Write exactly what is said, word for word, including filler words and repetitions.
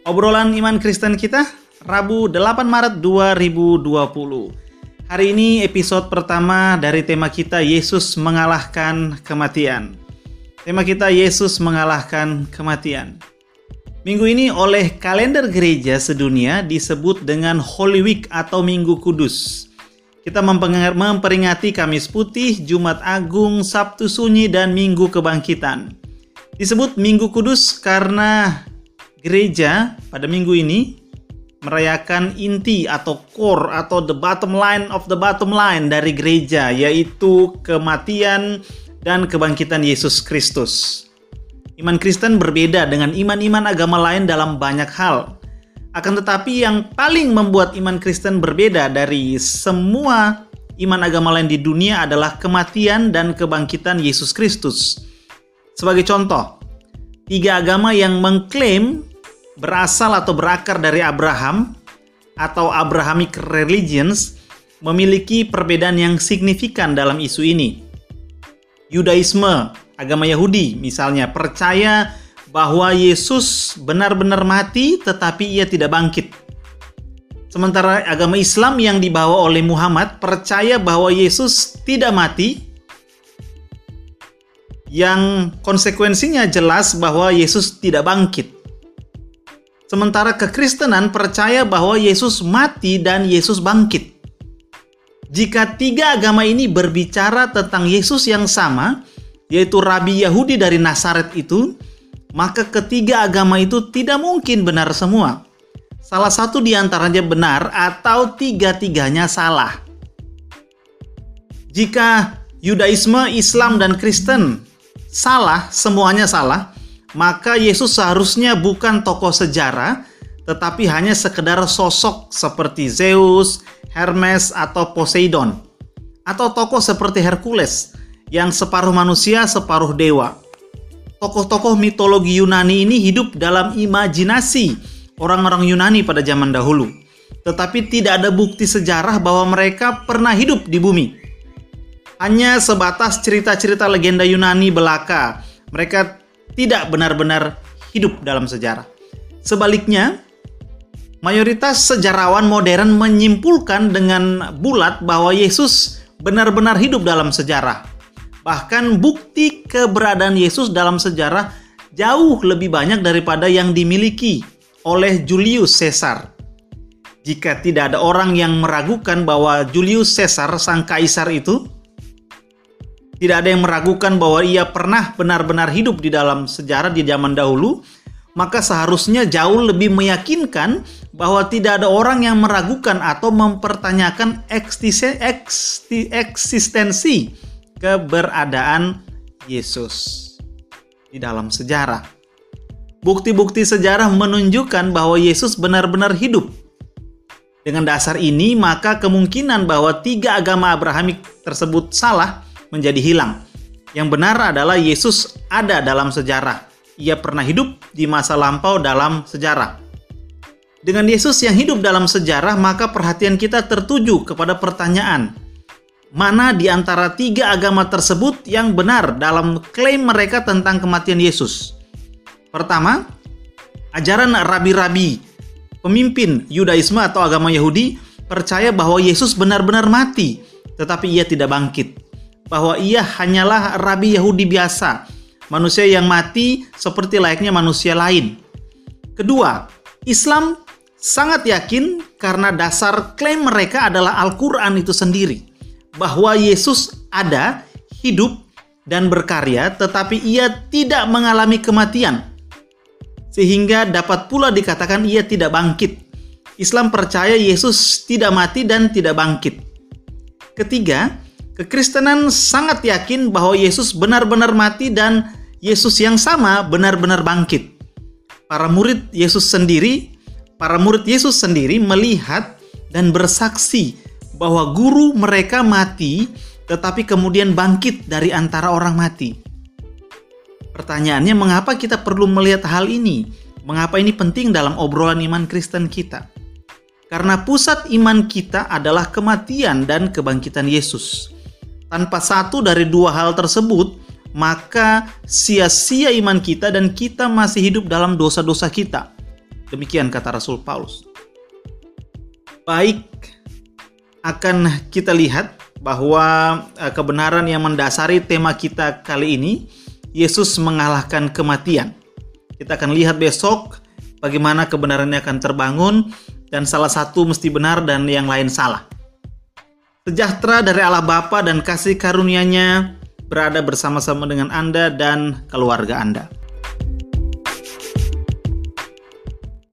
Obrolan iman Kristen kita, Rabu delapan Maret dua ribu dua puluh. Hari ini episode pertama dari tema kita Yesus mengalahkan kematian. Tema kita Yesus mengalahkan kematian. Minggu ini oleh kalender gereja sedunia disebut dengan Holy Week atau Minggu Kudus. Kita memperingati Kamis Putih, Jumat Agung, Sabtu Sunyi, dan Minggu Kebangkitan. Disebut Minggu Kudus karena gereja pada minggu ini merayakan inti atau core atau the bottom line of the bottom line dari gereja, yaitu kematian dan kebangkitan Yesus Kristus. Iman Kristen berbeda dengan iman-iman agama lain dalam banyak hal. Akan tetapi yang paling membuat iman Kristen berbeda dari semua iman agama lain di dunia adalah kematian dan kebangkitan Yesus Kristus. Sebagai contoh, tiga agama yang mengklaim berasal atau berakar dari Abraham atau Abrahamic religions memiliki perbedaan yang signifikan dalam isu ini. Yudaisme, agama Yahudi misalnya, percaya bahwa Yesus benar-benar mati tetapi ia tidak bangkit. Sementara agama Islam yang dibawa oleh Muhammad percaya bahwa Yesus tidak mati, yang konsekuensinya jelas bahwa Yesus tidak bangkit. Sementara kekristenan percaya bahwa Yesus mati dan Yesus bangkit. Jika tiga agama ini berbicara tentang Yesus yang sama, yaitu Rabi Yahudi dari Nazaret itu, maka ketiga agama itu tidak mungkin benar semua. Salah satu di antaranya benar atau tiga-tiganya salah. Jika Yudaisme, Islam, dan Kristen salah, semuanya salah, maka Yesus seharusnya bukan tokoh sejarah, tetapi hanya sekedar sosok seperti Zeus, Hermes, atau Poseidon. Atau tokoh seperti Hercules, yang separuh manusia, separuh dewa. Tokoh-tokoh mitologi Yunani ini hidup dalam imajinasi orang-orang Yunani pada zaman dahulu. Tetapi tidak ada bukti sejarah bahwa mereka pernah hidup di bumi. Hanya sebatas cerita-cerita legenda Yunani belaka. Mereka tidak benar-benar hidup dalam sejarah. Sebaliknya, mayoritas sejarawan modern menyimpulkan dengan bulat bahwa Yesus benar-benar hidup dalam sejarah. Bahkan bukti keberadaan Yesus dalam sejarah jauh lebih banyak daripada yang dimiliki oleh Julius Caesar. Jika tidak ada orang yang meragukan bahwa Julius Caesar, sang kaisar itu, tidak ada yang meragukan bahwa ia pernah benar-benar hidup di dalam sejarah di zaman dahulu, maka seharusnya jauh lebih meyakinkan bahwa tidak ada orang yang meragukan atau mempertanyakan eksistensi keberadaan Yesus di dalam sejarah. Bukti-bukti sejarah menunjukkan bahwa Yesus benar-benar hidup. Dengan dasar ini, maka kemungkinan bahwa tiga agama Abrahamik tersebut salah menjadi hilang. Yang benar adalah Yesus ada dalam sejarah. Ia pernah hidup di masa lampau dalam sejarah. Dengan Yesus yang hidup dalam sejarah, maka perhatian kita tertuju kepada pertanyaan, mana di antara tiga agama tersebut yang benar dalam klaim mereka tentang kematian Yesus? Pertama, ajaran rabi-rabi, pemimpin Yudaisme atau agama Yahudi, percaya bahwa Yesus benar-benar mati, tetapi ia tidak bangkit. Bahwa ia hanyalah rabi Yahudi biasa, manusia yang mati seperti layaknya manusia lain. Kedua, Islam sangat yakin karena dasar klaim mereka adalah Al-Quran itu sendiri, bahwa Yesus ada, hidup, dan berkarya, tetapi ia tidak mengalami kematian, sehingga dapat pula dikatakan ia tidak bangkit. Islam percaya Yesus tidak mati dan tidak bangkit. Ketiga, kekristenan sangat yakin bahwa Yesus benar-benar mati dan Yesus yang sama benar-benar bangkit. Para murid Yesus sendiri, para murid Yesus sendiri melihat dan bersaksi bahwa guru mereka mati tetapi kemudian bangkit dari antara orang mati. Pertanyaannya, mengapa kita perlu melihat hal ini? Mengapa ini penting dalam obrolan iman Kristen kita? Karena pusat iman kita adalah kematian dan kebangkitan Yesus. Tanpa satu dari dua hal tersebut, maka sia-sia iman kita dan kita masih hidup dalam dosa-dosa kita. Demikian kata Rasul Paulus. Baik, akan kita lihat bahwa kebenaran yang mendasari tema kita kali ini, Yesus mengalahkan kematian. Kita akan lihat besok bagaimana kebenarannya akan terbangun, dan salah satu mesti benar dan yang lain salah. Sejahtera dari Allah Bapa dan kasih karunia-Nya berada bersama-sama dengan Anda dan keluarga Anda.